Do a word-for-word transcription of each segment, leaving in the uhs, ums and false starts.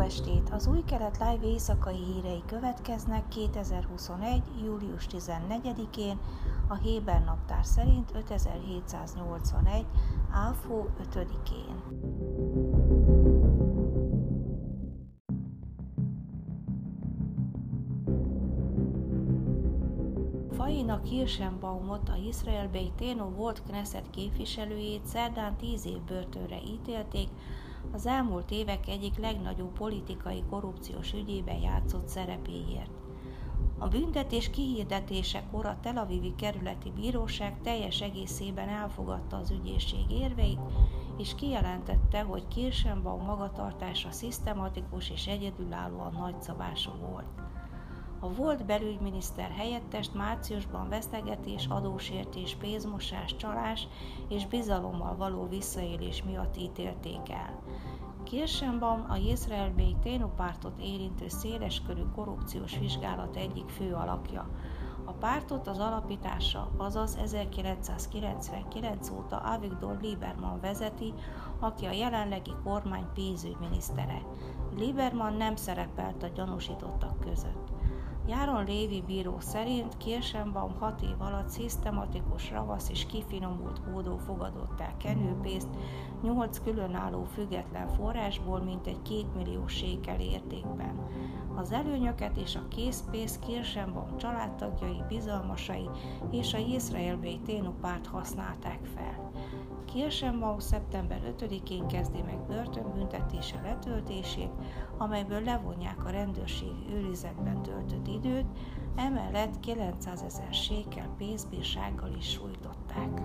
estét! Az Új Kelet Live éjszakai hírei következnek kétezer-huszonegy. július tizennegyedikén, a Héber naptár szerint ötezer-hétszáznyolcvanegy. Áfó ötödikén. Faina Kirschenbaumot, a Israel Beiteinu volt Knesset képviselőjét szerdán tíz év börtönre ítélték, az elmúlt évek egyik legnagyobb politikai korrupciós ügyében játszott szerepéért. A büntetés kihirdetésekor a Tel Avivi kerületi bíróság teljes egészében elfogadta az ügyészség érveit, és kijelentette, hogy Kirschenbaum magatartása szisztematikus és egyedülállóan nagyszabású volt. A volt belügyminiszter helyettest márciusban vesztegetés, adósértés, pénzmosás, csalás és bizalommal való visszaélés miatt ítélték el. Kirschenbaum a Israel Beiteinu pártot érintő széleskörű korrupciós vizsgálat egyik fő alakja. A pártot az alapítása, azaz ezerkilencszázkilencvenkilenc óta Avigdor Lieberman vezeti, aki a jelenlegi kormány pénzügyminisztere. Lieberman nem szerepelt a gyanúsítottak között. Járon Lévi bíró szerint Kirschenbaum hat év alatt szisztematikus, ravasz és kifinomult módon fogadott el kenőpénzt nyolc különálló független forrásból mintegy két millió sékel értékben. Az előnyöket és a készpénzt Kirschenbaum családtagjai, bizalmasai és a Israel Beiteinu párt használták fel. Kirschenbaum szeptember ötödikén kezdi meg börtönbüntetése letöltését, amelyből levonják a rendőrségi őrizetben töltött időt, emellett kilencszázezer sékel pénzbírsággal is sújtották.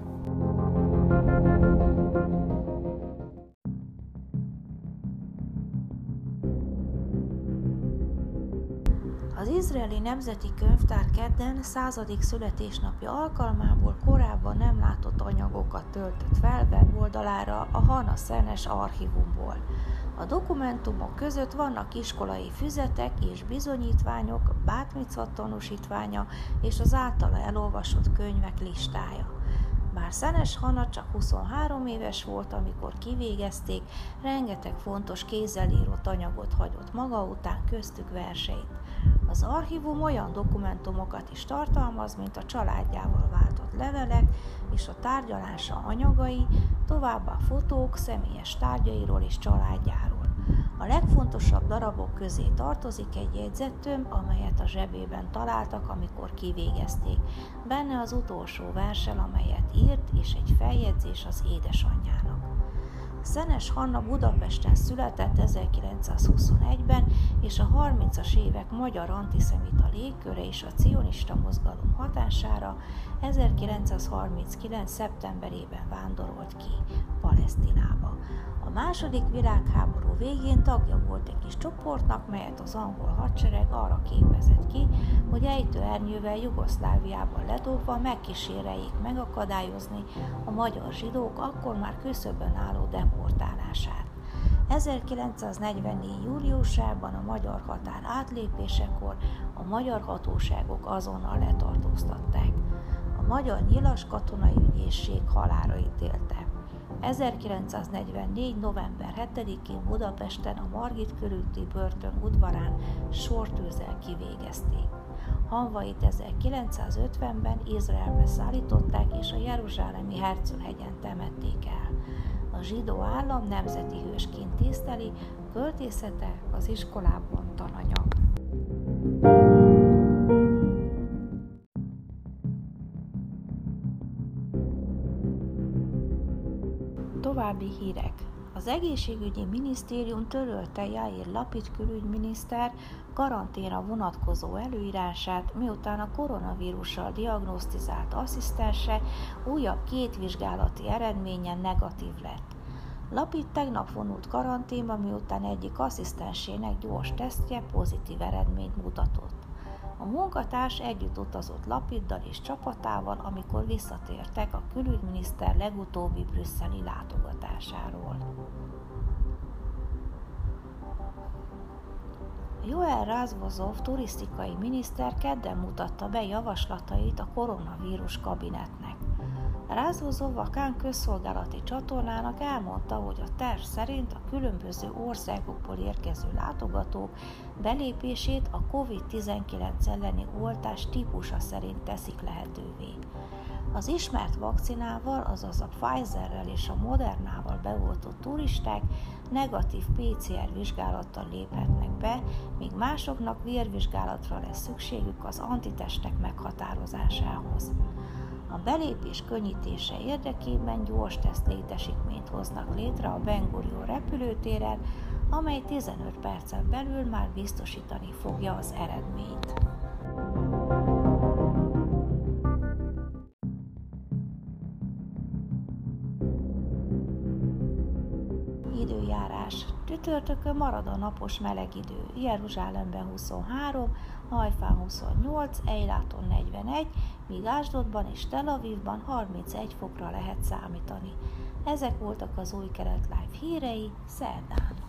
Az izraeli nemzeti könyvtár kedden századik születésnapja alkalmából korábban nem látott anyagokat töltött fel weboldalára a Hannah Senes archívumból. A dokumentumok között vannak iskolai füzetek és bizonyítványok, bát micva tanúsítványa és az általa elolvasott könyvek listája. Bár Senes Hannah csak huszonhárom éves volt, amikor kivégezték, rengeteg fontos kézzel írott anyagot hagyott maga után, köztük verseit. Az archívum olyan dokumentumokat is tartalmaz, mint a családjával váltott levelek és a tárgyalása anyagai, továbbá fotók személyes tárgyairól és családjáról. A legfontosabb darabok közé tartozik egy jegyzettömb, amelyet a zsebében találtak, amikor kivégezték. Benne az utolsó verssel, amelyet írt, és egy feljegyzés az édesanyjának. Senes Hannah Budapesten született ezerkilencszázhuszonegyben, és a harmincas évek magyar antiszemita légköre és a cionista mozgalom hatására ezerkilencszázharminckilenc. szeptemberében vándorolt ki Palesztinába. A második világháború végén tagja volt egy kis csoportnak, melyet az angol hadsereg arra képezett ki, hogy ejtőernyővel Jugoszláviában ledobva megkíséreljék megakadályozni a magyar zsidók akkor már küszöbön álló deportálását. ezerkilencszáznegyvennégy. júliusában a magyar határ átlépésekor a magyar hatóságok azonnal letartóztatták. A magyar nyilas katonai ügyészség halálra ítélte. ezerkilencszáznegyvennégy. november hetedikén Budapesten a Margit körúti börtön udvarán sortűzzel kivégezték. Hamvait ezerkilencszázötvenben Izraelbe szállították, és a jeruzsálemi Herzl-hegyen temették el. A zsidó állam nemzeti hősként tiszteli, költészete az iskolában tananyag. További hírek. Az egészségügyi minisztérium törölte Jair Lapid külügyminiszter karanténra vonatkozó előírását, miután a koronavírussal diagnosztizált asszisztense újabb két vizsgálati eredménye negatív lett. Lapid tegnap vonult karanténba, miután egyik asszisztensének gyors tesztje pozitív eredményt mutatott. A munkatárs együtt utazott Lapiddal és csapatával, amikor visszatértek a külügyminiszter legutóbbi brüsszeli látogatásáról. Joel Razvozov turisztikai miniszter kedden mutatta be javaslatait a koronavírus kabinetnek. Razvozov a Kán közszolgálati csatornának elmondta, hogy a terv szerint a különböző országokból érkező látogatók belépését a kovid tizenkilenc elleni oltás típusa szerint teszik lehetővé. Az ismert vakcinával, azaz a Pfizerrel és a Modernával beoltott turisták negatív pé cé er vizsgálattal léphetnek be, míg másoknak vérvizsgálatra lesz szükségük az antitestek meghatározásához. A belépés könnyítése érdekében gyors teszt létesítményt hoznak létre a Ben Gurion repülőtéren, amely tizenöt percen belül már biztosítani fogja az eredményt. Időjárás. Csütörtökön marad a napos meleg idő. Jeruzsálemben huszonhárom, Hajfán huszonnyolc, Eiláton negyvenegy, míg Ásdodban és Tel Avivban harmincegy fokra lehet számítani. Ezek voltak az Új Kelet Live hírei szerdán.